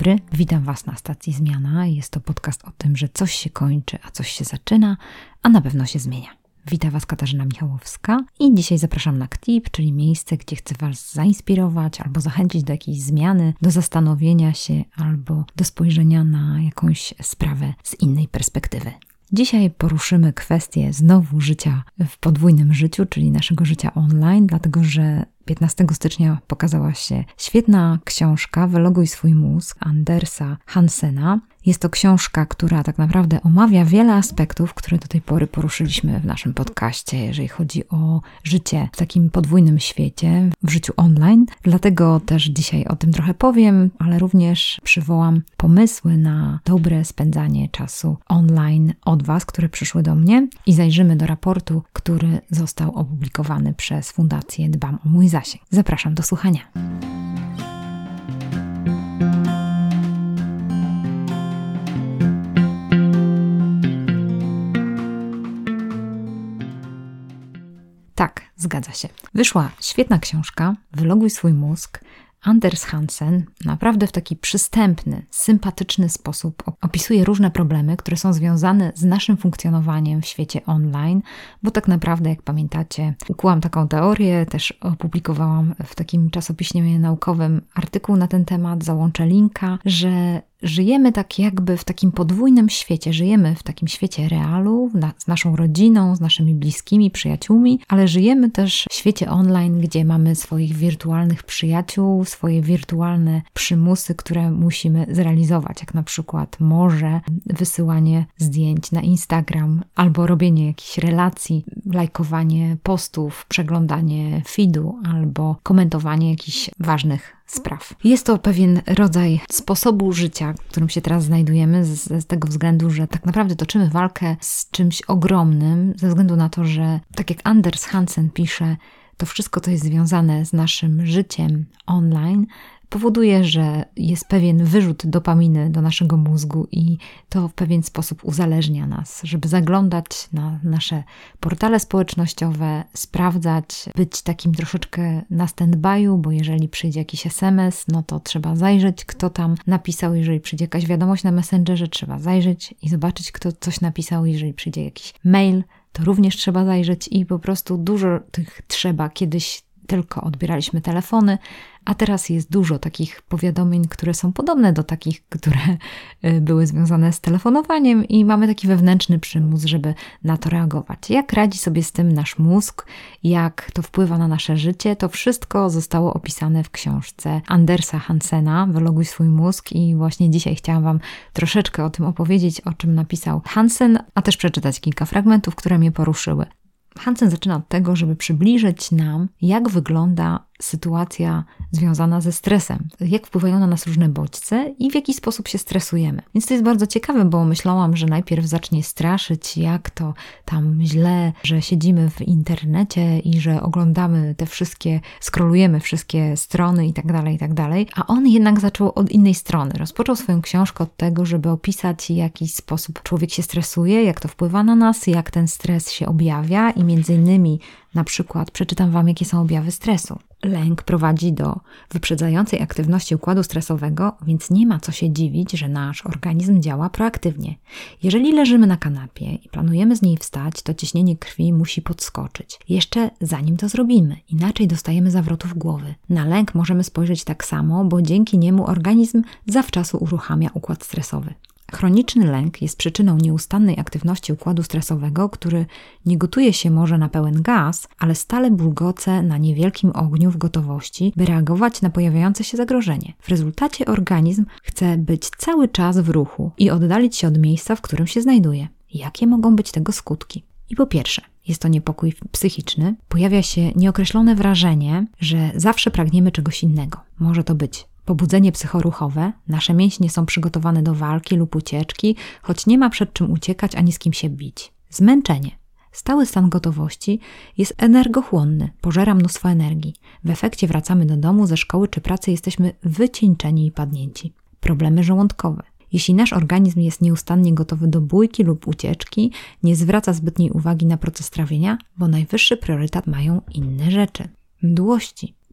dobry, witam Was na stacji Zmiana. Jest to podcast o tym, że coś się kończy, a coś się zaczyna, a na pewno się zmienia. Witam Was Katarzyna Michałowska i dzisiaj zapraszam na KTIP, czyli miejsce, gdzie chcę Was zainspirować albo zachęcić do jakiejś zmiany, do zastanowienia się albo do spojrzenia na jakąś sprawę z innej perspektywy. Dzisiaj poruszymy kwestię znowu życia w podwójnym życiu, czyli naszego życia online, dlatego że 15 stycznia pokazała się świetna książka Wyloguj swój mózg Andersa Hansena. Jest to książka, która tak naprawdę omawia wiele aspektów, które do tej pory poruszyliśmy w naszym podcaście, jeżeli chodzi o życie w takim podwójnym świecie, w życiu online. Dlatego też dzisiaj o tym trochę powiem, ale również przywołam pomysły na dobre spędzanie czasu online od Was, które przyszły do mnie i zajrzymy do raportu, który został opublikowany przez Fundację Dbam o mój zasięg. Zapraszam do słuchania. Tak, zgadza się. Wyszła świetna książka, Wyloguj swój mózg, Anders Hansen naprawdę w taki przystępny, sympatyczny sposób opisuje różne problemy, które są związane z naszym funkcjonowaniem w świecie online, bo tak naprawdę, jak pamiętacie, ukułam taką teorię, też opublikowałam w takim czasopiśmie naukowym artykuł na ten temat, załączę linka, że żyjemy tak jakby w takim podwójnym świecie, żyjemy w takim świecie realu, z naszą rodziną, z naszymi bliskimi, przyjaciółmi, ale żyjemy też w świecie online, gdzie mamy swoich wirtualnych przyjaciół, swoje wirtualne przymusy, które musimy zrealizować, jak na przykład może wysyłanie zdjęć na Instagram, albo robienie jakichś relacji, lajkowanie postów, przeglądanie feedu, albo komentowanie jakichś ważnych spraw. Jest to pewien rodzaj sposobu życia, w którym się teraz znajdujemy, z tego względu, że tak naprawdę toczymy walkę z czymś ogromnym, ze względu na to, że tak jak Anders Hansen pisze, to wszystko, co jest związane z naszym życiem online, powoduje, że jest pewien wyrzut dopaminy do naszego mózgu i to w pewien sposób uzależnia nas, żeby zaglądać na nasze portale społecznościowe, sprawdzać, być takim troszeczkę na stand-by'u, bo jeżeli przyjdzie jakiś SMS, no to trzeba zajrzeć, kto tam napisał. Jeżeli przyjdzie jakaś wiadomość na Messengerze, trzeba zajrzeć i zobaczyć, kto coś napisał. Jeżeli przyjdzie jakiś mail, to również trzeba zajrzeć i po prostu dużo tych trzeba. Kiedyś tylko odbieraliśmy telefony, a teraz jest dużo takich powiadomień, które są podobne do takich, które były związane z telefonowaniem i mamy taki wewnętrzny przymus, żeby na to reagować. Jak radzi sobie z tym nasz mózg, jak to wpływa na nasze życie, to wszystko zostało opisane w książce Andersa Hansena, Wyloguj swój mózg i właśnie dzisiaj chciałam Wam troszeczkę o tym opowiedzieć, o czym napisał Hansen, a też przeczytać kilka fragmentów, które mnie poruszyły. Hansen zaczyna od tego, żeby przybliżyć nam, jak wygląda sytuacja związana ze stresem, jak wpływają na nas różne bodźce i w jaki sposób się stresujemy. Więc to jest bardzo ciekawe, bo myślałam, że najpierw zacznie straszyć, jak to tam źle, że siedzimy w internecie i że oglądamy te wszystkie, scrollujemy wszystkie strony i tak dalej, a on jednak zaczął od innej strony. Rozpoczął swoją książkę od tego, żeby opisać, w jaki sposób człowiek się stresuje, jak to wpływa na nas, jak ten stres się objawia i między innymi na przykład przeczytam Wam, jakie są objawy stresu. Lęk prowadzi do wyprzedzającej aktywności układu stresowego, więc nie ma co się dziwić, że nasz organizm działa proaktywnie. Jeżeli leżymy na kanapie i planujemy z niej wstać, to ciśnienie krwi musi podskoczyć. Jeszcze zanim to zrobimy, inaczej dostajemy zawrotów głowy. Na lęk możemy spojrzeć tak samo, bo dzięki niemu organizm zawczasu uruchamia układ stresowy. Chroniczny lęk jest przyczyną nieustannej aktywności układu stresowego, który nie gotuje się może na pełen gaz, ale stale bulgoce na niewielkim ogniu w gotowości, by reagować na pojawiające się zagrożenie. W rezultacie organizm chce być cały czas w ruchu i oddalić się od miejsca, w którym się znajduje. Jakie mogą być tego skutki? I po pierwsze, jest to niepokój psychiczny, pojawia się nieokreślone wrażenie, że zawsze pragniemy czegoś innego. Może to być pobudzenie psychoruchowe, nasze mięśnie są przygotowane do walki lub ucieczki, choć nie ma przed czym uciekać ani z kim się bić. Zmęczenie. Stały stan gotowości jest energochłonny, pożera mnóstwo energii. W efekcie wracamy do domu, ze szkoły czy pracy jesteśmy wycieńczeni i padnięci. Problemy żołądkowe. Jeśli nasz organizm jest nieustannie gotowy do bójki lub ucieczki, nie zwraca zbytniej uwagi na proces trawienia, bo najwyższy priorytet mają inne rzeczy. Mdłości.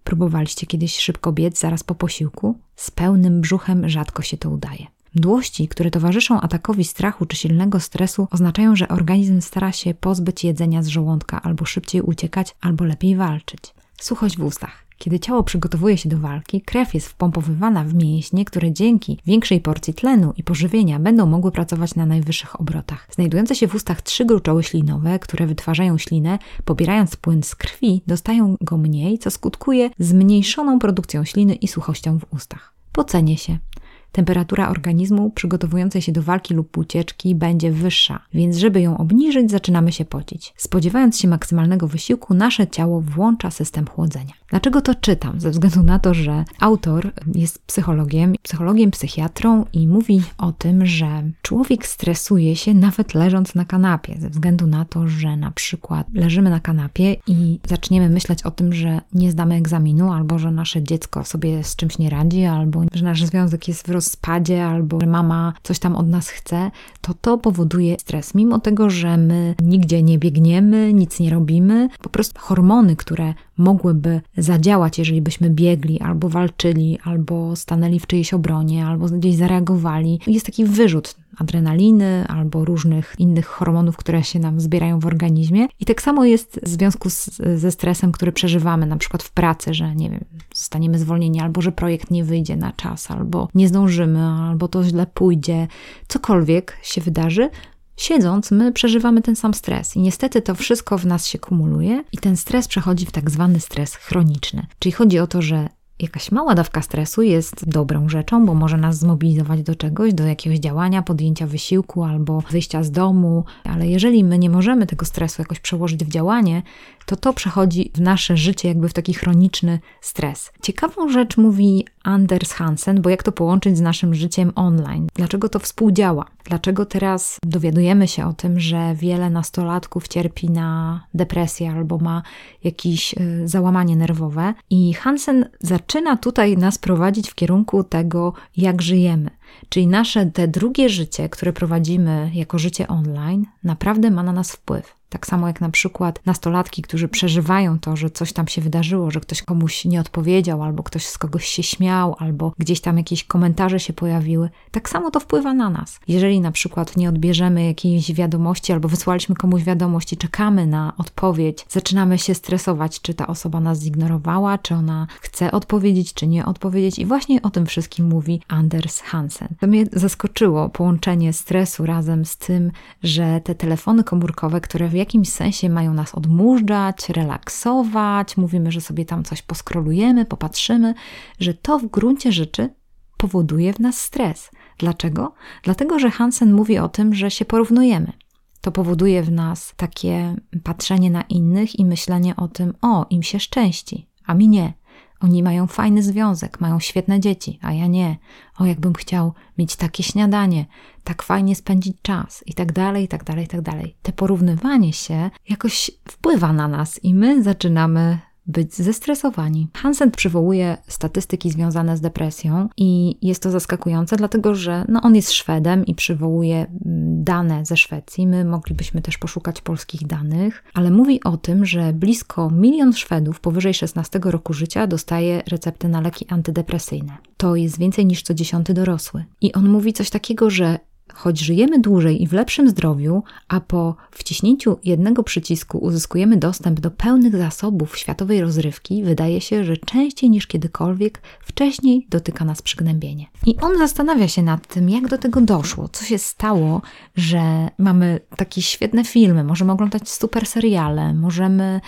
Próbowaliście kiedyś szybko biec zaraz po posiłku? Z pełnym brzuchem rzadko się to udaje. Mdłości, które towarzyszą atakowi strachu czy silnego stresu, oznaczają, że organizm stara się pozbyć jedzenia z żołądka, albo szybciej uciekać, albo lepiej walczyć. Suchość w ustach. Kiedy ciało przygotowuje się do walki, krew jest wpompowywana w mięśnie, które dzięki większej porcji tlenu i pożywienia będą mogły pracować na najwyższych obrotach. Znajdujące się w ustach 3 gruczoły ślinowe, które wytwarzają ślinę, pobierając płyn z krwi, dostają go mniej, co skutkuje zmniejszoną produkcją śliny i suchością w ustach. Pocenie się. Temperatura organizmu przygotowującej się do walki lub ucieczki będzie wyższa, więc żeby ją obniżyć, zaczynamy się pocić. Spodziewając się maksymalnego wysiłku, nasze ciało włącza system chłodzenia. Dlaczego to czytam? Ze względu na to, że autor jest psychologiem, psychiatrą i mówi o tym, że człowiek stresuje się nawet leżąc na kanapie, ze względu na to, że na przykład leżymy na kanapie i zaczniemy myśleć o tym, że nie zdamy egzaminu, albo że nasze dziecko sobie z czymś nie radzi, albo że nasz związek jest w rozpadzie, albo że mama coś tam od nas chce, to powoduje stres. Mimo tego, że my nigdzie nie biegniemy, nic nie robimy, po prostu hormony, które mogłyby zadziałać, jeżeli byśmy biegli, albo walczyli, albo stanęli w czyjejś obronie, albo gdzieś zareagowali. Jest taki wyrzut adrenaliny albo różnych innych hormonów, które się nam zbierają w organizmie. I tak samo jest w związku ze stresem, który przeżywamy, na przykład w pracy, że nie wiem, zostaniemy zwolnieni, albo że projekt nie wyjdzie na czas, albo nie zdążymy, albo to źle pójdzie. Cokolwiek się wydarzy, siedząc, my przeżywamy ten sam stres i niestety to wszystko w nas się kumuluje i ten stres przechodzi w tak zwany stres chroniczny. Czyli chodzi o to, że jakaś mała dawka stresu jest dobrą rzeczą, bo może nas zmobilizować do czegoś, do jakiegoś działania, podjęcia wysiłku albo wyjścia z domu, ale jeżeli my nie możemy tego stresu jakoś przełożyć w działanie, to przechodzi w nasze życie jakby w taki chroniczny stres. Ciekawą rzecz mówi Anders Hansen, bo jak to połączyć z naszym życiem online? Dlaczego to współdziała? Dlaczego teraz dowiadujemy się o tym, że wiele nastolatków cierpi na depresję albo ma jakieś załamanie nerwowe? I Hansen zaczyna tutaj nas prowadzić w kierunku tego, jak żyjemy. Czyli nasze te drugie życie, które prowadzimy jako życie online, naprawdę ma na nas wpływ. Tak samo jak na przykład nastolatki, którzy przeżywają to, że coś tam się wydarzyło, że ktoś komuś nie odpowiedział, albo ktoś z kogoś się śmiał, albo gdzieś tam jakieś komentarze się pojawiły. Tak samo to wpływa na nas. Jeżeli na przykład nie odbierzemy jakiejś wiadomości, albo wysłaliśmy komuś wiadomość i czekamy na odpowiedź, zaczynamy się stresować, czy ta osoba nas zignorowała, czy ona chce odpowiedzieć, czy nie odpowiedzieć. I właśnie o tym wszystkim mówi Anders Hansen. To mnie zaskoczyło, połączenie stresu razem z tym, że te telefony komórkowe, które w jakimś sensie mają nas odmurzać, relaksować, mówimy, że sobie tam coś poskrolujemy, popatrzymy, że to w gruncie rzeczy powoduje w nas stres. Dlaczego? Dlatego, że Hansen mówi o tym, że się porównujemy. To powoduje w nas takie patrzenie na innych i myślenie o tym, im się szczęści, a mi nie. Oni mają fajny związek, mają świetne dzieci, a ja nie. Jakbym chciał mieć takie śniadanie, tak fajnie spędzić czas i tak dalej, i tak dalej, i tak dalej. Te porównywanie się jakoś wpływa na nas i my zaczynamy być zestresowani. Hansen przywołuje statystyki związane z depresją i jest to zaskakujące, dlatego że on jest Szwedem i przywołuje dane ze Szwecji. My moglibyśmy też poszukać polskich danych, ale mówi o tym, że blisko 1 milion Szwedów powyżej 16 roku życia dostaje recepty na leki antydepresyjne. To jest więcej niż co 10 dorosły. I on mówi coś takiego, że choć żyjemy dłużej i w lepszym zdrowiu, a po wciśnięciu jednego przycisku uzyskujemy dostęp do pełnych zasobów światowej rozrywki, wydaje się, że częściej niż kiedykolwiek wcześniej dotyka nas przygnębienie. I on zastanawia się nad tym, jak do tego doszło, co się stało, że mamy takie świetne filmy, możemy oglądać super seriale, możemy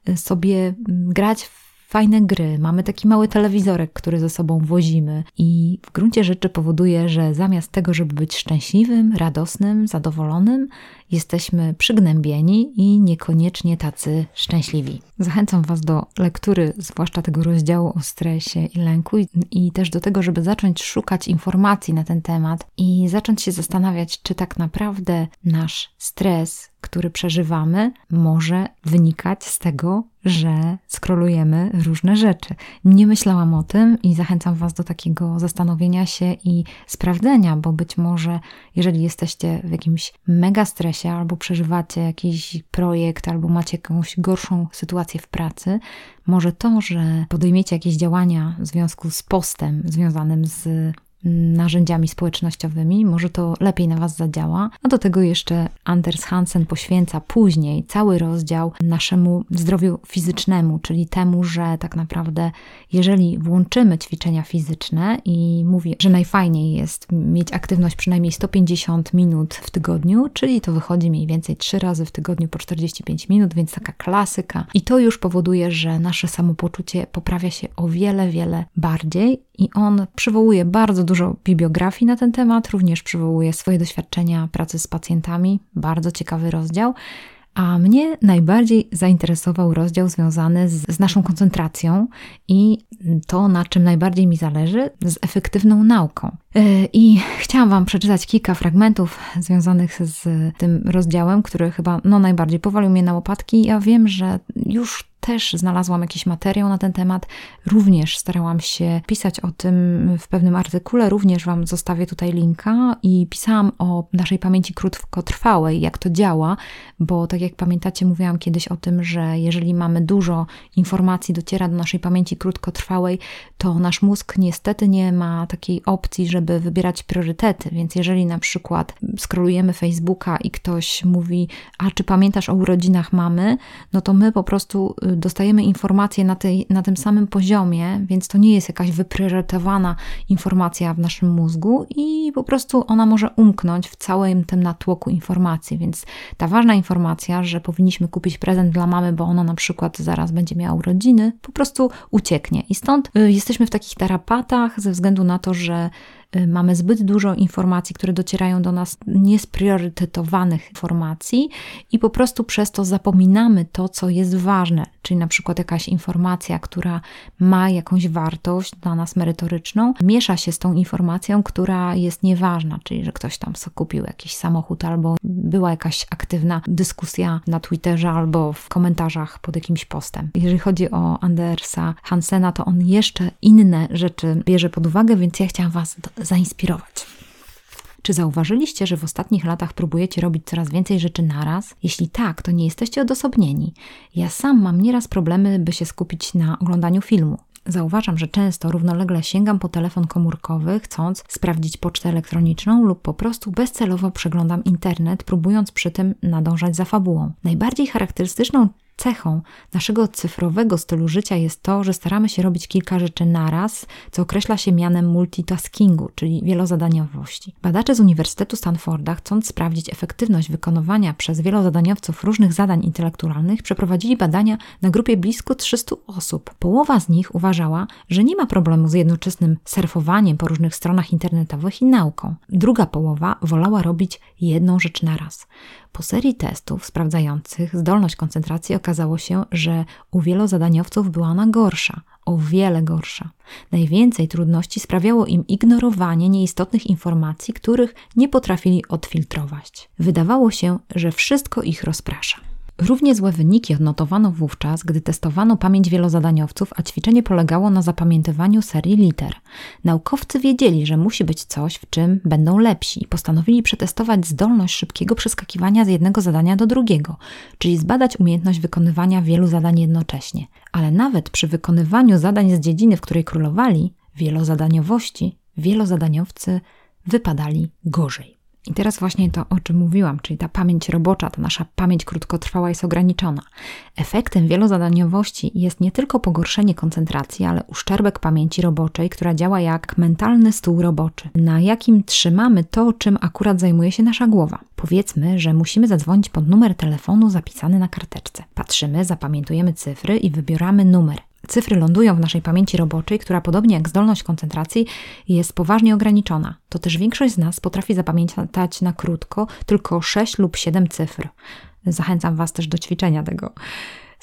sobie grać w fajne gry, mamy taki mały telewizorek, który ze sobą wozimy i w gruncie rzeczy powoduje, że zamiast tego, żeby być szczęśliwym, radosnym, zadowolonym, jesteśmy przygnębieni i niekoniecznie tacy szczęśliwi. Zachęcam Was do lektury, zwłaszcza tego rozdziału o stresie i lęku i też do tego, żeby zacząć szukać informacji na ten temat i zacząć się zastanawiać, czy tak naprawdę nasz stres, który przeżywamy, może wynikać z tego, że scrollujemy różne rzeczy. Nie myślałam o tym i zachęcam Was do takiego zastanowienia się i sprawdzenia, bo być może jeżeli jesteście w jakimś mega stresie albo przeżywacie jakiś projekt, albo macie jakąś gorszą sytuację w pracy, może to, że podejmiecie jakieś działania w związku z postem związanym z narzędziami społecznościowymi, może to lepiej na Was zadziała. A do tego jeszcze Anders Hansen poświęca później cały rozdział naszemu zdrowiu fizycznemu, czyli temu, że tak naprawdę jeżeli włączymy ćwiczenia fizyczne i mówi, że najfajniej jest mieć aktywność przynajmniej 150 minut w tygodniu, czyli to wychodzi mniej więcej 3 razy w tygodniu po 45 minut, więc taka klasyka. I to już powoduje, że nasze samopoczucie poprawia się o wiele, wiele bardziej i on przywołuje bardzo dużo bibliografii na ten temat, również przywołuje swoje doświadczenia pracy z pacjentami, bardzo ciekawy rozdział. A mnie najbardziej zainteresował rozdział związany z naszą koncentracją i to, na czym najbardziej mi zależy, z efektywną nauką. I chciałam Wam przeczytać kilka fragmentów związanych z tym rozdziałem, który chyba najbardziej powalił mnie na łopatki. Ja wiem, że już też znalazłam jakiś materiał na ten temat. Również starałam się pisać o tym w pewnym artykule. Również Wam zostawię tutaj linka i pisałam o naszej pamięci krótkotrwałej, jak to działa, bo tak jak pamiętacie, mówiłam kiedyś o tym, że jeżeli mamy dużo informacji, dociera do naszej pamięci krótkotrwałej, to nasz mózg niestety nie ma takiej opcji, żeby wybierać priorytety. Więc jeżeli na przykład scrollujemy Facebooka i ktoś mówi, a czy pamiętasz o urodzinach mamy, no to my po prostu dostajemy informacje na tym samym poziomie, więc to nie jest jakaś wypriorytetowana informacja w naszym mózgu i po prostu ona może umknąć w całym tym natłoku informacji, więc ta ważna informacja, że powinniśmy kupić prezent dla mamy, bo ona na przykład zaraz będzie miała urodziny, po prostu ucieknie i stąd jesteśmy w takich tarapatach ze względu na to, że mamy zbyt dużo informacji, które docierają do nas, niespriorytetowanych informacji i po prostu przez to zapominamy to, co jest ważne, czyli na przykład jakaś informacja, która ma jakąś wartość dla nas merytoryczną, miesza się z tą informacją, która jest nieważna, czyli że ktoś tam sobie kupił jakiś samochód albo była jakaś aktywna dyskusja na Twitterze albo w komentarzach pod jakimś postem. Jeżeli chodzi o Andersa Hansena, to on jeszcze inne rzeczy bierze pod uwagę, więc ja chciałam Was zainspirować. Czy zauważyliście, że w ostatnich latach próbujecie robić coraz więcej rzeczy naraz? Jeśli tak, to nie jesteście odosobnieni. Ja sam mam nieraz problemy, by się skupić na oglądaniu filmu. Zauważam, że często równolegle sięgam po telefon komórkowy, chcąc sprawdzić pocztę elektroniczną lub po prostu bezcelowo przeglądam internet, próbując przy tym nadążać za fabułą. Najbardziej charakterystyczną cechą naszego cyfrowego stylu życia jest to, że staramy się robić kilka rzeczy naraz, co określa się mianem multitaskingu, czyli wielozadaniowości. Badacze z Uniwersytetu Stanforda, chcąc sprawdzić efektywność wykonywania przez wielozadaniowców różnych zadań intelektualnych, przeprowadzili badania na grupie blisko 300 osób. Połowa z nich uważała, że nie ma problemu z jednoczesnym surfowaniem po różnych stronach internetowych i nauką. Druga połowa wolała robić jedną rzecz naraz. Po serii testów sprawdzających zdolność koncentracji okazało się, że u wielozadaniowców była ona gorsza, o wiele gorsza. Najwięcej trudności sprawiało im ignorowanie nieistotnych informacji, których nie potrafili odfiltrować. Wydawało się, że wszystko ich rozprasza. Równie złe wyniki odnotowano wówczas, gdy testowano pamięć wielozadaniowców, a ćwiczenie polegało na zapamiętywaniu serii liter. Naukowcy wiedzieli, że musi być coś, w czym będą lepsi i postanowili przetestować zdolność szybkiego przeskakiwania z jednego zadania do drugiego, czyli zbadać umiejętność wykonywania wielu zadań jednocześnie. Ale nawet przy wykonywaniu zadań z dziedziny, w której królowali, wielozadaniowości, wielozadaniowcy wypadali gorzej. I teraz właśnie to, o czym mówiłam, czyli ta pamięć robocza, ta nasza pamięć krótkotrwała jest ograniczona. Efektem wielozadaniowości jest nie tylko pogorszenie koncentracji, ale uszczerbek pamięci roboczej, która działa jak mentalny stół roboczy, na jakim trzymamy to, czym akurat zajmuje się nasza głowa. Powiedzmy, że musimy zadzwonić pod numer telefonu zapisany na karteczce. Patrzymy, zapamiętujemy cyfry i wybieramy numer. Cyfry lądują w naszej pamięci roboczej, która podobnie jak zdolność koncentracji jest poważnie ograniczona. To też większość z nas potrafi zapamiętać na krótko tylko 6 lub 7 cyfr. Zachęcam Was też do ćwiczenia tego.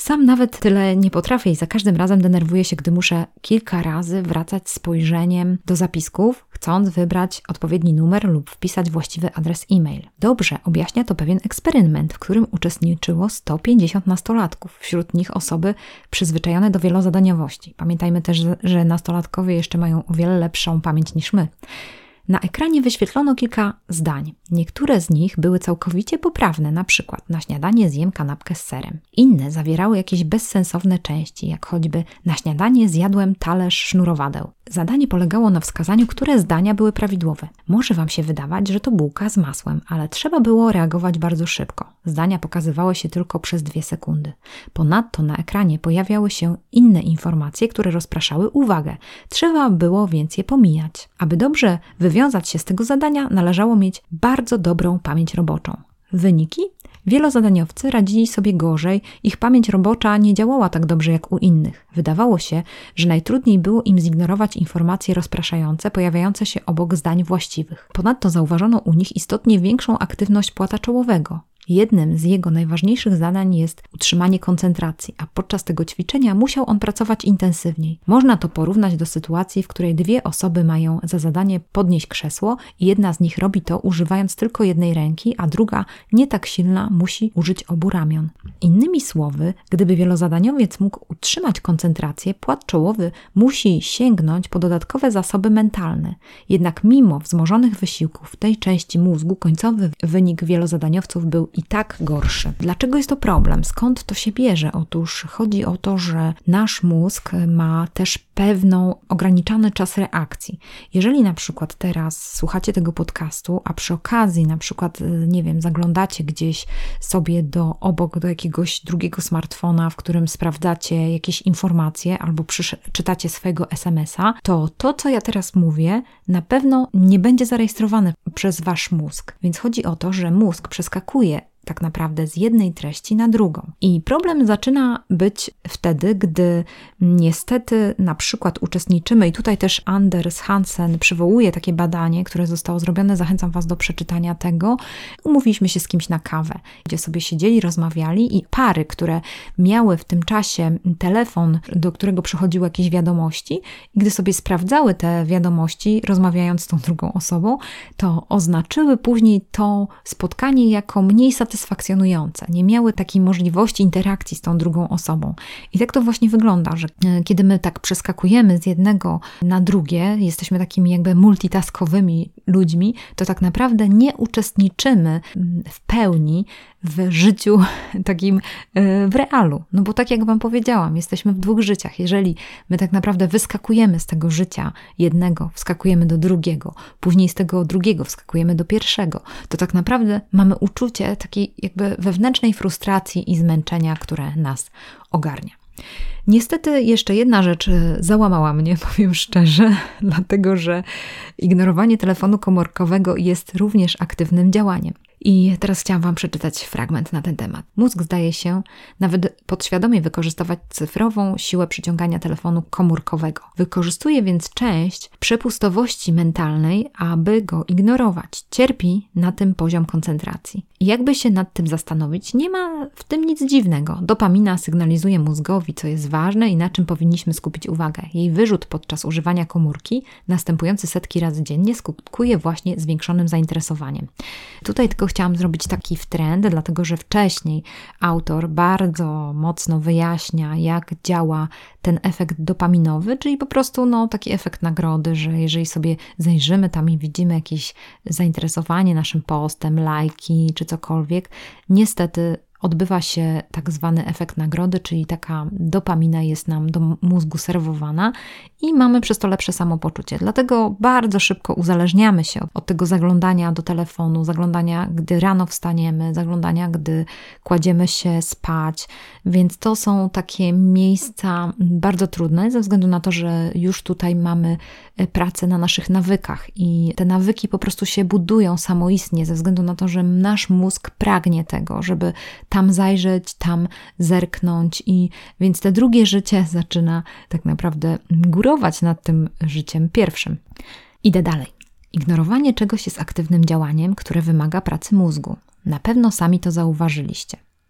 Sam nawet tyle nie potrafię i za każdym razem denerwuję się, gdy muszę kilka razy wracać spojrzeniem do zapisków, chcąc wybrać odpowiedni numer lub wpisać właściwy adres e-mail. Dobrze, objaśnia to pewien eksperyment, w którym uczestniczyło 150 nastolatków, wśród nich osoby przyzwyczajone do wielozadaniowości. Pamiętajmy też, że nastolatkowie jeszcze mają o wiele lepszą pamięć niż my. Na ekranie wyświetlono kilka zdań. Niektóre z nich były całkowicie poprawne, na przykład na śniadanie zjem kanapkę z serem. Inne zawierały jakieś bezsensowne części, jak choćby na śniadanie zjadłem talerz sznurowadeł. Zadanie polegało na wskazaniu, które zdania były prawidłowe. Może Wam się wydawać, że to bułka z masłem, ale trzeba było reagować bardzo szybko. Zdania pokazywały się tylko przez 2 sekundy. Ponadto na ekranie pojawiały się inne informacje, które rozpraszały uwagę. Trzeba było więc je pomijać. Aby dobrze wywiązać się z tego zadania, należało mieć bardzo dobrą pamięć roboczą. Wyniki? Wielozadaniowcy radzili sobie gorzej, ich pamięć robocza nie działała tak dobrze jak u innych. Wydawało się, że najtrudniej było im zignorować informacje rozpraszające pojawiające się obok zdań właściwych. Ponadto zauważono u nich istotnie większą aktywność płata czołowego. Jednym z jego najważniejszych zadań jest utrzymanie koncentracji, a podczas tego ćwiczenia musiał on pracować intensywniej. Można to porównać do sytuacji, w której 2 osoby mają za zadanie podnieść krzesło i jedna z nich robi to używając tylko jednej ręki, a druga, nie tak silna, musi użyć obu ramion. Innymi słowy, gdyby wielozadaniowiec mógł utrzymać koncentrację, płat czołowy musi sięgnąć po dodatkowe zasoby mentalne. Jednak mimo wzmożonych wysiłków w tej części mózgu końcowy wynik wielozadaniowców był i tak gorszy. Dlaczego jest to problem? Skąd to się bierze? Otóż chodzi o to, że nasz mózg ma też pewną ograniczony czas reakcji. Jeżeli na przykład teraz słuchacie tego podcastu, a przy okazji na przykład, nie wiem, zaglądacie gdzieś sobie obok do jakiegoś drugiego smartfona, w którym sprawdzacie jakieś informacje albo czytacie swojego SMS-a, to, co ja teraz mówię, na pewno nie będzie zarejestrowane przez Wasz mózg. Więc chodzi o to, że mózg przeskakuje tak naprawdę z jednej treści na drugą. I problem zaczyna być wtedy, gdy niestety na przykład uczestniczymy, i tutaj też Anders Hansen przywołuje takie badanie, które zostało zrobione, zachęcam Was do przeczytania tego. Umówiliśmy się z kimś na kawę, gdzie sobie siedzieli, rozmawiali i pary, które miały w tym czasie telefon, do którego przychodziły jakieś wiadomości i gdy sobie sprawdzały te wiadomości, rozmawiając z tą drugą osobą, to oznaczyły później to spotkanie jako mniej satysfakcjonujące. Nie miały takiej możliwości interakcji z tą drugą osobą. I tak to właśnie wygląda, że kiedy my tak przeskakujemy z jednego na drugie, jesteśmy takimi jakby multitaskowymi ludźmi, to tak naprawdę nie uczestniczymy w pełni w życiu takim w realu. No bo tak jak Wam powiedziałam, jesteśmy w 2 życiach. Jeżeli my tak naprawdę wyskakujemy z tego życia jednego, wskakujemy do drugiego, później z tego drugiego wskakujemy do pierwszego, to tak naprawdę mamy uczucie takiej jakby wewnętrznej frustracji i zmęczenia, które nas ogarnia. Niestety jeszcze jedna rzecz załamała mnie, powiem szczerze, dlatego że ignorowanie telefonu komórkowego jest również aktywnym działaniem. I teraz chciałam Wam przeczytać fragment na ten temat. Mózg zdaje się nawet podświadomie wykorzystywać cyfrową siłę przyciągania telefonu komórkowego. Wykorzystuje więc część przepustowości mentalnej, aby go ignorować. Cierpi na tym poziom koncentracji. I jakby się nad tym zastanowić, nie ma w tym nic dziwnego. Dopamina sygnalizuje mózgowi, co jest ważne i na czym powinniśmy skupić uwagę. Jej wyrzut podczas używania komórki, następujący setki razy dziennie, skutkuje właśnie zwiększonym zainteresowaniem. Tutaj tylko chciałam zrobić taki wtręt, dlatego że wcześniej autor bardzo mocno wyjaśnia, jak działa ten efekt dopaminowy, czyli po prostu taki efekt nagrody, że jeżeli sobie zajrzymy tam i widzimy jakieś zainteresowanie naszym postem, lajki czy cokolwiek, niestety odbywa się tak zwany efekt nagrody, czyli taka dopamina jest nam do mózgu serwowana i mamy przez to lepsze samopoczucie. Dlatego bardzo szybko uzależniamy się od tego zaglądania do telefonu, zaglądania, gdy rano wstaniemy, zaglądania, gdy kładziemy się spać. Więc to są takie miejsca bardzo trudne, ze względu na to, że już tutaj mamy pracę na naszych nawykach i te nawyki po prostu się budują samoistnie, ze względu na to, że nasz mózg pragnie tego, żeby tam zajrzeć, tam zerknąć i więc te drugie życie zaczyna tak naprawdę górować nad tym życiem pierwszym. Idę dalej. Ignorowanie czegoś jest aktywnym działaniem, które wymaga pracy mózgu. Na pewno sami to zauważyliście.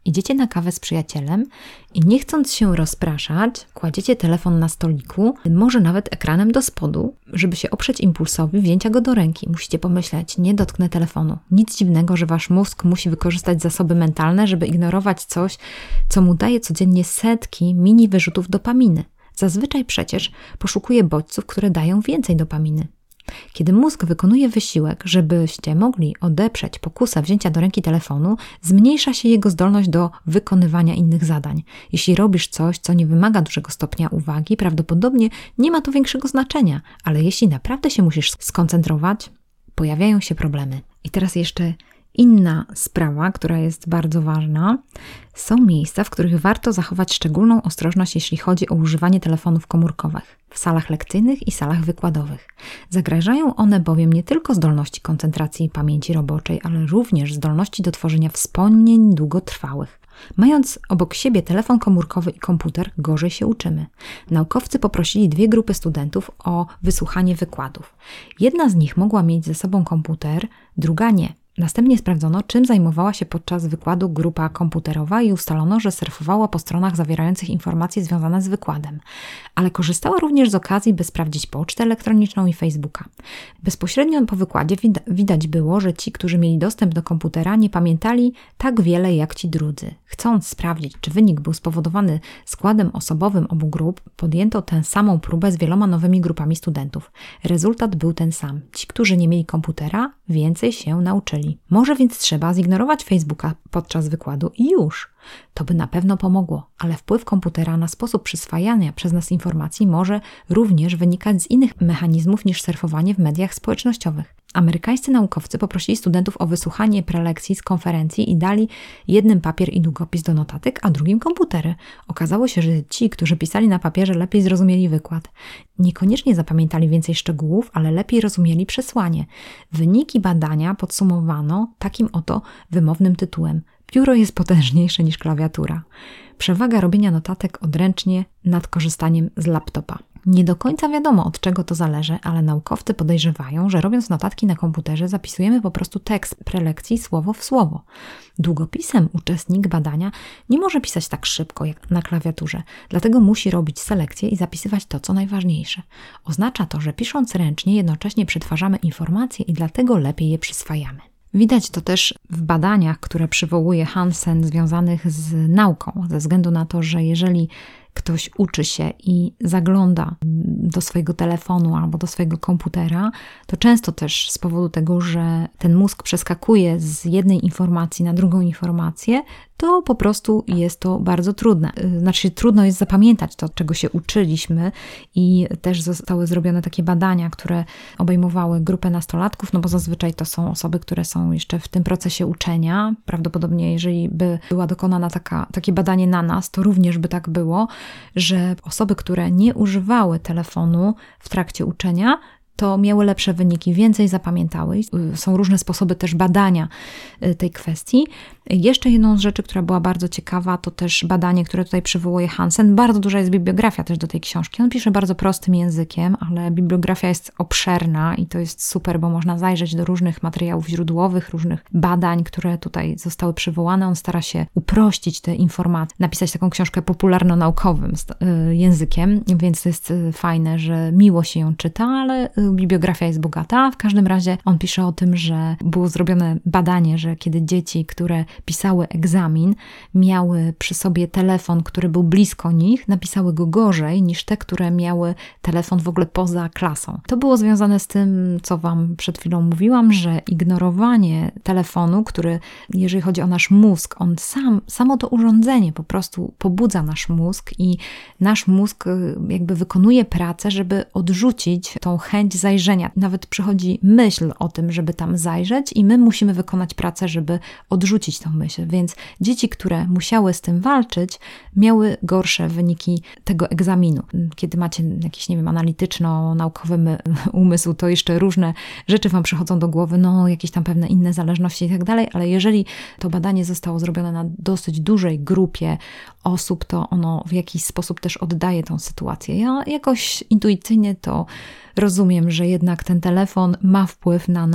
Idziecie na kawę z przyjacielem i nie chcąc się rozpraszać, kładziecie telefon na stoliku, może nawet ekranem do spodu, żeby się oprzeć impulsowi wzięcia go do ręki. Musicie pomyśleć, nie dotknę telefonu. Nic dziwnego, że wasz mózg musi wykorzystać zasoby mentalne, żeby ignorować coś, co mu daje codziennie setki mini wyrzutów dopaminy. Zazwyczaj przecież poszukuje bodźców, które dają więcej dopaminy. Kiedy mózg wykonuje wysiłek, żebyście mogli odeprzeć pokusę wzięcia do ręki telefonu, zmniejsza się jego zdolność do wykonywania innych zadań. Jeśli robisz coś, co nie wymaga dużego stopnia uwagi, prawdopodobnie nie ma to większego znaczenia, ale jeśli naprawdę się musisz skoncentrować, pojawiają się problemy. I teraz jeszcze inna sprawa, która jest bardzo ważna. Są miejsca, w których warto zachować szczególną ostrożność, jeśli chodzi o używanie telefonów komórkowych. W salach lekcyjnych i salach wykładowych. Zagrażają one bowiem nie tylko zdolności koncentracji i pamięci roboczej, ale również zdolności do tworzenia wspomnień długotrwałych. Mając obok siebie telefon komórkowy i komputer, gorzej się uczymy. Naukowcy poprosili 2 grupy studentów o wysłuchanie wykładów. Jedna z nich mogła mieć ze sobą komputer, druga nie. Następnie sprawdzono, czym zajmowała się podczas wykładu grupa komputerowa i ustalono, że surfowała po stronach zawierających informacje związane z wykładem. Ale korzystała również z okazji, by sprawdzić pocztę elektroniczną i Facebooka. Bezpośrednio po wykładzie widać było, że ci, którzy mieli dostęp do komputera, nie pamiętali tak wiele jak ci drudzy. Chcąc sprawdzić, czy wynik był spowodowany składem osobowym obu grup, podjęto tę samą próbę z wieloma nowymi grupami studentów. Rezultat był ten sam. Ci, którzy nie mieli komputera, więcej się nauczyli. Może więc trzeba zignorować Facebooka podczas wykładu i już. To by na pewno pomogło, ale wpływ komputera na sposób przyswajania przez nas informacji może również wynikać z innych mechanizmów niż surfowanie w mediach społecznościowych. Amerykańscy naukowcy poprosili studentów o wysłuchanie prelekcji z konferencji i dali jednym papier i długopis do notatek, a drugim komputery. Okazało się, że ci, którzy pisali na papierze, lepiej zrozumieli wykład. Niekoniecznie zapamiętali więcej szczegółów, ale lepiej rozumieli przesłanie. Wyniki badania podsumowano takim oto wymownym tytułem: Pióro jest potężniejsze niż klawiatura. Przewaga robienia notatek odręcznie nad korzystaniem z laptopa. Nie do końca wiadomo, od czego to zależy, ale naukowcy podejrzewają, że robiąc notatki na komputerze zapisujemy po prostu tekst prelekcji słowo w słowo. Długopisem uczestnik badania nie może pisać tak szybko jak na klawiaturze, dlatego musi robić selekcję i zapisywać to, co najważniejsze. Oznacza to, że pisząc ręcznie jednocześnie przetwarzamy informacje i dlatego lepiej je przyswajamy. Widać to też w badaniach, które przywołuje Hansen, związanych z nauką, ze względu na to, że jeżeli ktoś uczy się i zagląda do swojego telefonu albo do swojego komputera, to często też z powodu tego, że ten mózg przeskakuje z jednej informacji na drugą informację, to po prostu jest to bardzo trudne. Znaczy trudno jest zapamiętać to, czego się uczyliśmy i też zostały zrobione takie badania, które obejmowały grupę nastolatków, no bo zazwyczaj to są osoby, które są jeszcze w tym procesie uczenia. Prawdopodobnie jeżeli by była dokonana takie badanie na nas, to również by tak było, że osoby, które nie używały telefonu w trakcie uczenia, to miały lepsze wyniki, więcej zapamiętały. Są różne sposoby też badania tej kwestii. Jeszcze jedną z rzeczy, która była bardzo ciekawa, to też badanie, które tutaj przywołuje Hansen. Bardzo duża jest bibliografia też do tej książki. On pisze bardzo prostym językiem, ale bibliografia jest obszerna i to jest super, bo można zajrzeć do różnych materiałów źródłowych, różnych badań, które tutaj zostały przywołane. On stara się uprościć te informacje, napisać taką książkę popularno-naukowym językiem, więc to jest fajne, że miło się ją czyta, ale bibliografia jest bogata. W każdym razie on pisze o tym, że było zrobione badanie, że kiedy dzieci, które pisały egzamin, miały przy sobie telefon, który był blisko nich, napisały go gorzej niż te, które miały telefon w ogóle poza klasą. To było związane z tym, co Wam przed chwilą mówiłam, że ignorowanie telefonu, który, jeżeli chodzi o nasz mózg, on samo to urządzenie po prostu pobudza nasz mózg i nasz mózg jakby wykonuje pracę, żeby odrzucić tą chęć zajrzenia. Nawet przychodzi myśl o tym, żeby tam zajrzeć i my musimy wykonać pracę, żeby odrzucić tą myśl. Więc dzieci, które musiały z tym walczyć, miały gorsze wyniki tego egzaminu. Kiedy macie jakiś, nie wiem, analityczno-naukowy umysł, to jeszcze różne rzeczy Wam przychodzą do głowy, no jakieś tam pewne inne zależności i tak dalej, ale jeżeli to badanie zostało zrobione na dosyć dużej grupie osób, to ono w jakiś sposób też oddaje tą sytuację. Ja jakoś intuicyjnie to rozumiem, że jednak ten telefon ma wpływ na nas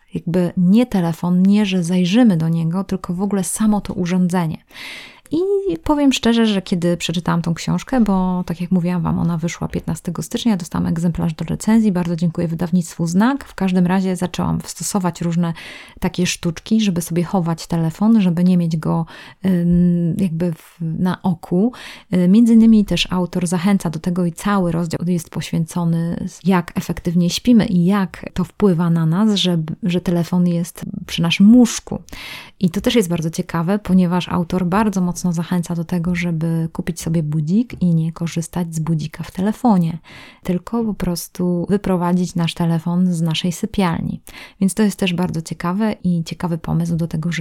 Jakby nie telefon, nie że zajrzymy do niego, tylko w ogóle samo to urządzenie. I powiem szczerze, że kiedy przeczytałam tą książkę, bo tak jak mówiłam Wam, ona wyszła 15 stycznia, dostałam egzemplarz do recenzji, bardzo dziękuję wydawnictwu Znak. W każdym razie zaczęłam stosować różne takie sztuczki, żeby sobie chować telefon, żeby nie mieć go jakby na oku. Między innymi też autor zachęca do tego i cały rozdział jest poświęcony, jak efektywnie śpimy i jak to wpływa na nas, że telefon jest przy naszym łóżku. I to też jest bardzo ciekawe, ponieważ autor bardzo mocno zachęca do tego, żeby kupić sobie budzik i nie korzystać z budzika w telefonie, tylko po prostu wyprowadzić nasz telefon z naszej sypialni. Więc to jest też bardzo ciekawe i ciekawy pomysł do tego,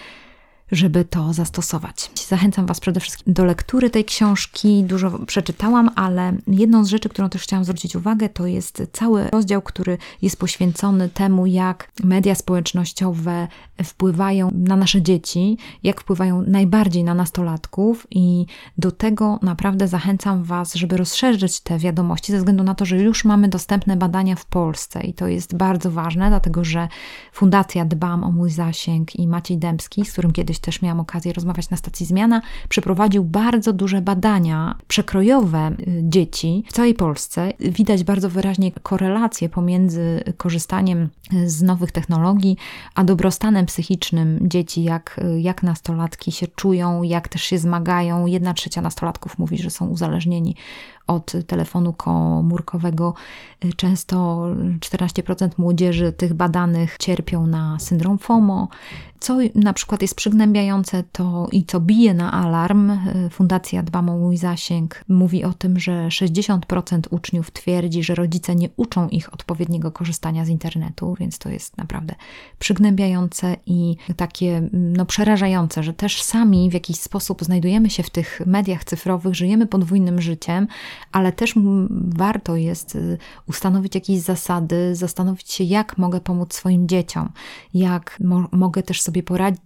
żeby to zastosować. Zachęcam Was przede wszystkim do lektury tej książki. Dużo przeczytałam, ale jedną z rzeczy, którą też chciałam zwrócić uwagę, to jest cały rozdział, który jest poświęcony temu, jak media społecznościowe wpływają na nasze dzieci, jak wpływają najbardziej na nastolatków i do tego naprawdę zachęcam Was, żeby rozszerzyć te wiadomości, ze względu na to, że już mamy dostępne badania w Polsce i to jest bardzo ważne, dlatego że Fundacja Dbam o mój zasięg i Maciej Dębski, z którym kiedyś też miałam okazję rozmawiać na stacji Zmiana, przeprowadził bardzo duże badania przekrojowe dzieci w całej Polsce. Widać bardzo wyraźnie korelację pomiędzy korzystaniem z nowych technologii, a dobrostanem psychicznym dzieci, jak nastolatki się czują, jak też się zmagają. 1/3 nastolatków mówi, że są uzależnieni od telefonu komórkowego. Często 14% młodzieży tych badanych cierpią na syndrom FOMO. Co na przykład jest przygnębiające to i co bije na alarm, Fundacja Dbam o mój zasięg mówi o tym, że 60% uczniów twierdzi, że rodzice nie uczą ich odpowiedniego korzystania z internetu, więc to jest naprawdę przygnębiające i takie przerażające, że też sami w jakiś sposób znajdujemy się w tych mediach cyfrowych, żyjemy podwójnym życiem, ale też warto jest ustanowić jakieś zasady, zastanowić się, jak mogę pomóc swoim dzieciom, jak mogę też sobie poradzić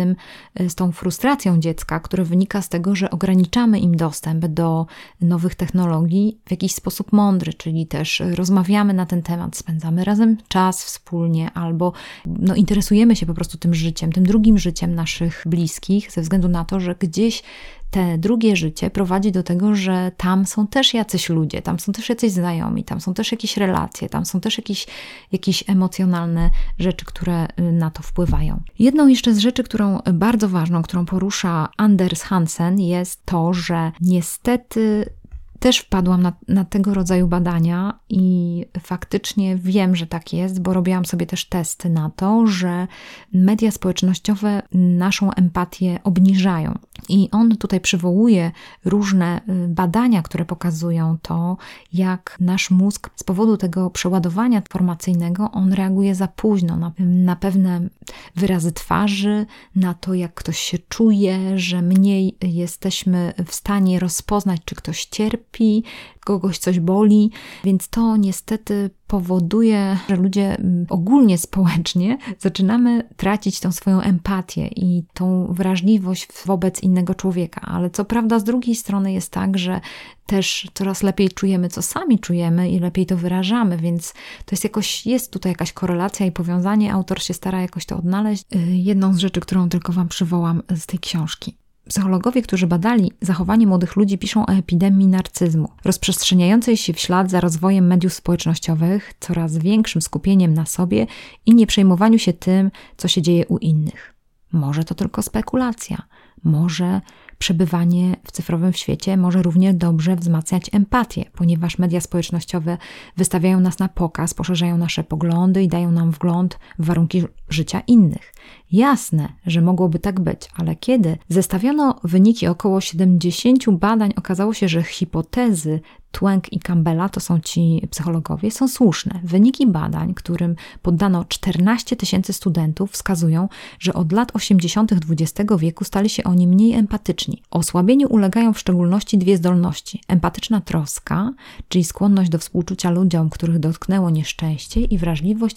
z tą frustracją dziecka, która wynika z tego, że ograniczamy im dostęp do nowych technologii w jakiś sposób mądry, czyli też rozmawiamy na ten temat, spędzamy razem czas wspólnie albo interesujemy się po prostu tym życiem, tym drugim życiem naszych bliskich, ze względu na to, że gdzieś te drugie życie prowadzi do tego, że tam są też jacyś ludzie, tam są też jacyś znajomi, tam są też jakieś relacje, tam są też jakieś emocjonalne rzeczy, które na to wpływają. Jedną jeszcze z rzeczy, bardzo ważną, którą porusza Anders Hansen, jest to, że niestety też wpadłam na tego rodzaju badania i faktycznie wiem, że tak jest, bo robiłam sobie też testy na to, że media społecznościowe naszą empatię obniżają. I on tutaj przywołuje różne badania, które pokazują to, jak nasz mózg z powodu tego przeładowania informacyjnego, on reaguje za późno na pewne wyrazy twarzy, na to, jak ktoś się czuje, że mniej jesteśmy w stanie rozpoznać, czy ktoś cierpi, kogoś coś boli, więc to niestety powoduje, że ludzie ogólnie społecznie zaczynamy tracić tą swoją empatię i tą wrażliwość wobec innego człowieka. Ale co prawda z drugiej strony jest tak, że też coraz lepiej czujemy, co sami czujemy i lepiej to wyrażamy, więc to jest tutaj jakaś korelacja i powiązanie. Autor się stara jakoś to odnaleźć. Jedną z rzeczy, którą tylko Wam przywołam z tej książki. Psychologowie, którzy badali zachowanie młodych ludzi, piszą o epidemii narcyzmu, rozprzestrzeniającej się w ślad za rozwojem mediów społecznościowych, coraz większym skupieniem na sobie i nieprzejmowaniu się tym, co się dzieje u innych. Może to tylko spekulacja, może przebywanie w cyfrowym świecie może równie dobrze wzmacniać empatię, ponieważ media społecznościowe wystawiają nas na pokaz, poszerzają nasze poglądy i dają nam wgląd w warunki życia innych. Jasne, że mogłoby tak być, ale kiedy zestawiono wyniki około 70 badań, okazało się, że hipotezy Twain i Campbella, to są ci psychologowie, są słuszne. Wyniki badań, którym poddano 14 000 studentów, wskazują, że od lat 80. XX wieku stali się oni mniej empatyczni. Osłabieniu ulegają w szczególności dwie zdolności. Empatyczna troska, czyli skłonność do współczucia ludziom, których dotknęło nieszczęście, i wrażliwość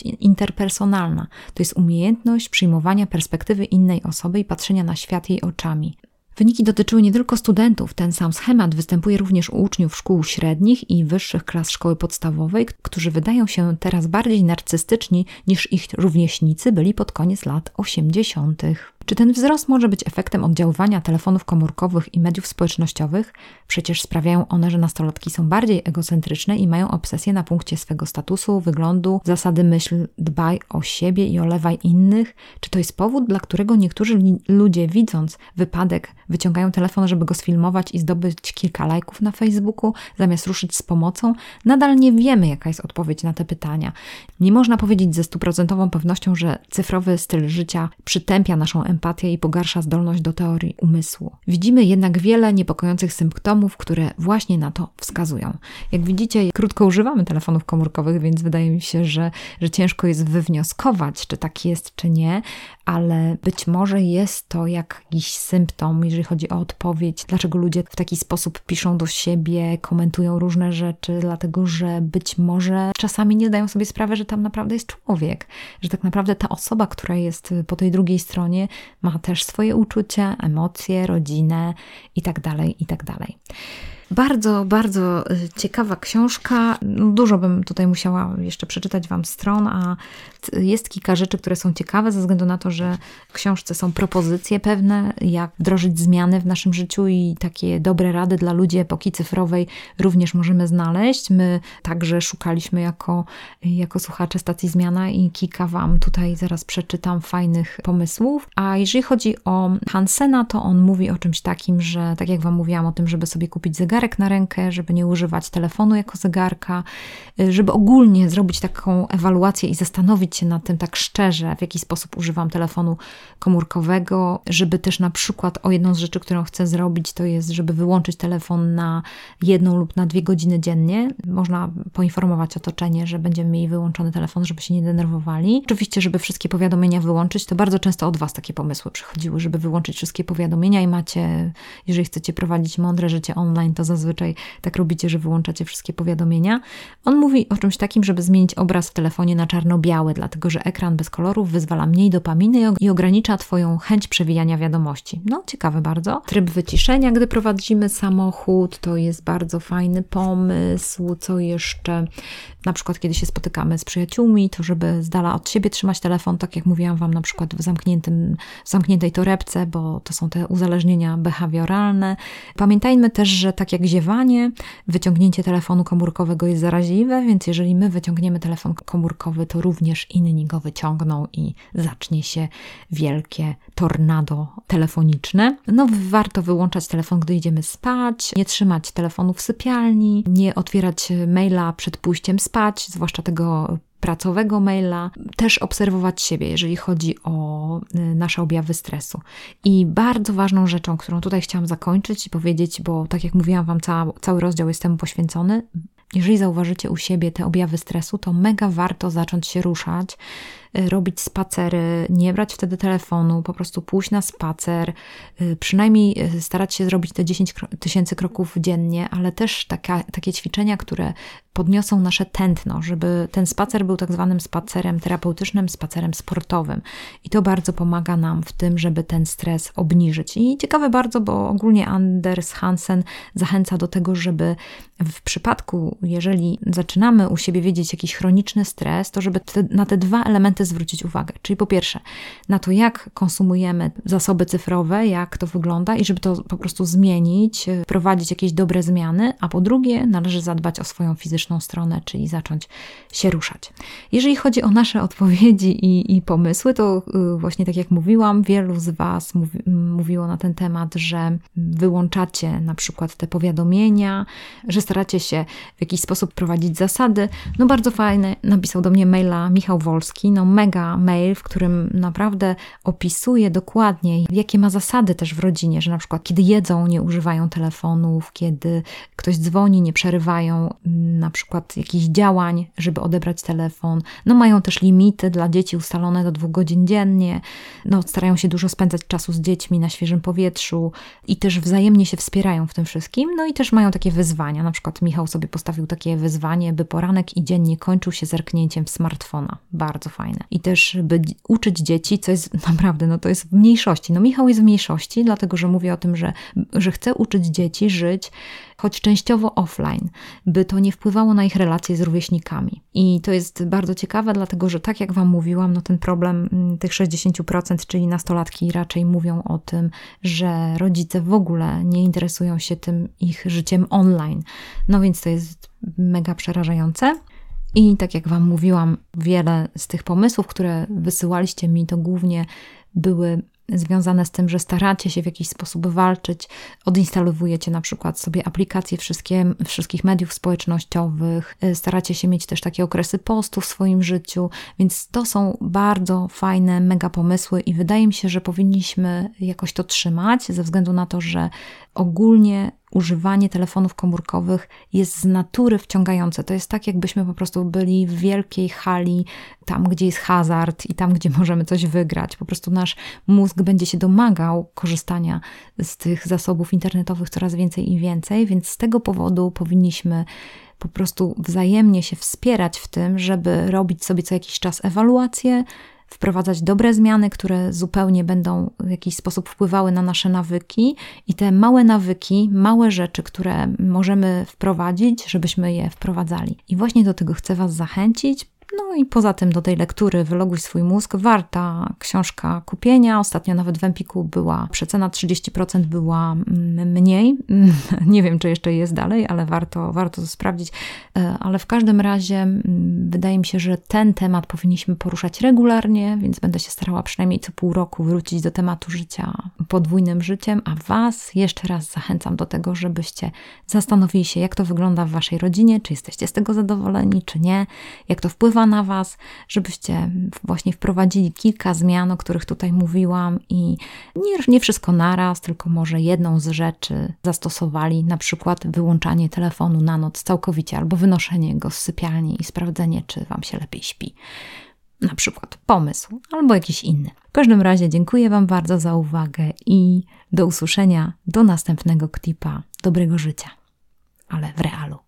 interpersonalna, to jest umiejętność przyjmowania perspektywy innej osoby i patrzenia na świat jej oczami. Wyniki dotyczyły nie tylko studentów. Ten sam schemat występuje również u uczniów szkół średnich i wyższych klas szkoły podstawowej, którzy wydają się teraz bardziej narcystyczni niż ich rówieśnicy byli pod koniec lat 80. Czy ten wzrost może być efektem oddziaływania telefonów komórkowych i mediów społecznościowych? Przecież sprawiają one, że nastolatki są bardziej egocentryczne i mają obsesję na punkcie swego statusu, wyglądu, zasady myśl dbaj o siebie i olewaj innych. Czy to jest powód, dla którego niektórzy ludzie, widząc wypadek, wyciągają telefon, żeby go sfilmować i zdobyć kilka lajków na Facebooku, zamiast ruszyć z pomocą? Nadal nie wiemy, jaka jest odpowiedź na te pytania. Nie można powiedzieć ze 100% pewnością, że cyfrowy styl życia przytępia naszą empatię i pogarsza zdolność do teorii umysłu. Widzimy jednak wiele niepokojących symptomów, które właśnie na to wskazują. Jak widzicie, krótko używamy telefonów komórkowych, więc wydaje mi się, że ciężko jest wywnioskować, czy tak jest, czy nie, ale być może jest to jakiś symptom, jeżeli chodzi o odpowiedź, dlaczego ludzie w taki sposób piszą do siebie, komentują różne rzeczy, dlatego że być może czasami nie zdają sobie sprawy, że tam naprawdę jest człowiek, że tak naprawdę ta osoba, która jest po tej drugiej stronie, ma też swoje uczucia, emocje, rodzinę i tak dalej, i tak dalej. Bardzo, bardzo ciekawa książka. Dużo bym tutaj musiała jeszcze przeczytać Wam stron, a jest kilka rzeczy, które są ciekawe ze względu na to, że w książce są propozycje pewne, jak wdrożyć zmiany w naszym życiu i takie dobre rady dla ludzi epoki cyfrowej również możemy znaleźć. My także szukaliśmy jako słuchacze stacji Zmiana i kilka Wam tutaj zaraz przeczytam fajnych pomysłów. A jeżeli chodzi o Hansena, to on mówi o czymś takim, że tak jak Wam mówiłam o tym, żeby sobie kupić zegarek na rękę, żeby nie używać telefonu jako zegarka, żeby ogólnie zrobić taką ewaluację i zastanowić się nad tym tak szczerze, w jaki sposób używam telefonu komórkowego, żeby też na przykład jedną z rzeczy, którą chcę zrobić, to jest, żeby wyłączyć telefon na 1 lub na 2 godziny dziennie. Można poinformować otoczenie, że będziemy mieli wyłączony telefon, żeby się nie denerwowali. Oczywiście, żeby wszystkie powiadomienia wyłączyć, to bardzo często od Was takie pomysły przychodziły, żeby wyłączyć wszystkie powiadomienia i macie, jeżeli chcecie prowadzić mądre życie online, to zazwyczaj tak robicie, że wyłączacie wszystkie powiadomienia. On mówi o czymś takim, żeby zmienić obraz w telefonie na czarno-biały, dlatego że ekran bez kolorów wyzwala mniej dopaminy i ogranicza Twoją chęć przewijania wiadomości. No, ciekawe bardzo. Tryb wyciszenia, gdy prowadzimy samochód, to jest bardzo fajny pomysł. Co jeszcze? Na przykład, kiedy się spotykamy z przyjaciółmi, to żeby z dala od siebie trzymać telefon, tak jak mówiłam Wam, na przykład w zamkniętej torebce, bo to są te uzależnienia behawioralne. Pamiętajmy też, że tak jak ziewanie, wyciągnięcie telefonu komórkowego jest zaraźliwe, więc jeżeli my wyciągniemy telefon komórkowy, to również inni go wyciągną i zacznie się wielkie tornado telefoniczne. No, warto wyłączać telefon, gdy idziemy spać, nie trzymać telefonu w sypialni, nie otwierać maila przed pójściem spać, zwłaszcza tego pracowego maila, też obserwować siebie, jeżeli chodzi o nasze objawy stresu. I bardzo ważną rzeczą, którą tutaj chciałam zakończyć i powiedzieć, bo tak jak mówiłam Wam, cały rozdział jest temu poświęcony, jeżeli zauważycie u siebie te objawy stresu, to mega warto zacząć się ruszać, robić spacery, nie brać wtedy telefonu, po prostu pójść na spacer, przynajmniej starać się zrobić te 10 000 kroków dziennie, ale też takie ćwiczenia, które podniosą nasze tętno, żeby ten spacer był tak zwanym spacerem terapeutycznym, spacerem sportowym. I to bardzo pomaga nam w tym, żeby ten stres obniżyć. I ciekawe bardzo, bo ogólnie Anders Hansen zachęca do tego, żeby w przypadku, jeżeli zaczynamy u siebie widzieć jakiś chroniczny stres, to żeby na te 2 elementy zwrócić uwagę. Czyli po pierwsze na to, jak konsumujemy zasoby cyfrowe, jak to wygląda i żeby to po prostu zmienić, wprowadzić jakieś dobre zmiany, a po drugie należy zadbać o swoją fizyczną stronę, czyli zacząć się ruszać. Jeżeli chodzi o nasze odpowiedzi i pomysły, to właśnie tak jak mówiłam, wielu z Was mówiło na ten temat, że wyłączacie na przykład te powiadomienia, że staracie się w jakiś sposób prowadzić zasady. No bardzo fajne, napisał do mnie maila Michał Wolski, mega mail, w którym naprawdę opisuje dokładnie, jakie ma zasady też w rodzinie, że na przykład kiedy jedzą, nie używają telefonów, kiedy ktoś dzwoni, nie przerywają na przykład jakichś działań, żeby odebrać telefon. No mają też limity dla dzieci ustalone do 2 godzin dziennie. No starają się dużo spędzać czasu z dziećmi na świeżym powietrzu i też wzajemnie się wspierają w tym wszystkim. No i też mają takie wyzwania. Na przykład Michał sobie postawił takie wyzwanie, by poranek i dzień nie kończył się zerknięciem w smartfona. Bardzo fajne. fajne. I też, by uczyć dzieci, co jest naprawdę, to jest w mniejszości. Michał jest w mniejszości, dlatego, że mówię o tym, że chcę uczyć dzieci żyć choć częściowo offline, by to nie wpływało na ich relacje z rówieśnikami. I to jest bardzo ciekawe, dlatego, że tak jak Wam mówiłam, ten problem tych 60%, czyli nastolatki raczej mówią o tym, że rodzice w ogóle nie interesują się tym ich życiem online. Więc to jest mega przerażające. I tak jak Wam mówiłam, wiele z tych pomysłów, które wysyłaliście mi, to głównie były związane z tym, że staracie się w jakiś sposób walczyć, odinstalowujecie na przykład sobie aplikacje wszystkich mediów społecznościowych, staracie się mieć też takie okresy postu w swoim życiu, więc to są bardzo fajne, mega pomysły i wydaje mi się, że powinniśmy jakoś to trzymać, ze względu na to, że ogólnie używanie telefonów komórkowych jest z natury wciągające. To jest tak, jakbyśmy po prostu byli w wielkiej hali, tam gdzie jest hazard i tam, gdzie możemy coś wygrać. Po prostu nasz mózg będzie się domagał korzystania z tych zasobów internetowych coraz więcej i więcej, więc z tego powodu powinniśmy po prostu wzajemnie się wspierać w tym, żeby robić sobie co jakiś czas ewaluację, wprowadzać dobre zmiany, które zupełnie będą w jakiś sposób wpływały na nasze nawyki i te małe nawyki, małe rzeczy, które możemy wprowadzić, żebyśmy je wprowadzali. I właśnie do tego chcę Was zachęcić. I poza tym do tej lektury Wyloguj swój mózg, warta książka kupienia. Ostatnio nawet w Empiku była przecena 30% była mniej. Nie wiem, czy jeszcze jest dalej, ale warto to sprawdzić. Ale w każdym razie wydaje mi się, że ten temat powinniśmy poruszać regularnie, więc będę się starała przynajmniej co pół roku wrócić do tematu życia podwójnym życiem, a Was jeszcze raz zachęcam do tego, żebyście zastanowili się, jak to wygląda w Waszej rodzinie, czy jesteście z tego zadowoleni, czy nie, jak to wpływa na Was, żebyście właśnie wprowadzili kilka zmian, o których tutaj mówiłam i nie wszystko naraz, tylko może jedną z rzeczy zastosowali, na przykład wyłączanie telefonu na noc całkowicie albo wynoszenie go z sypialni i sprawdzenie, czy Wam się lepiej śpi. Na przykład pomysł albo jakiś inny. W każdym razie dziękuję Wam bardzo za uwagę i do usłyszenia do następnego klipa dobrego życia, ale w realu.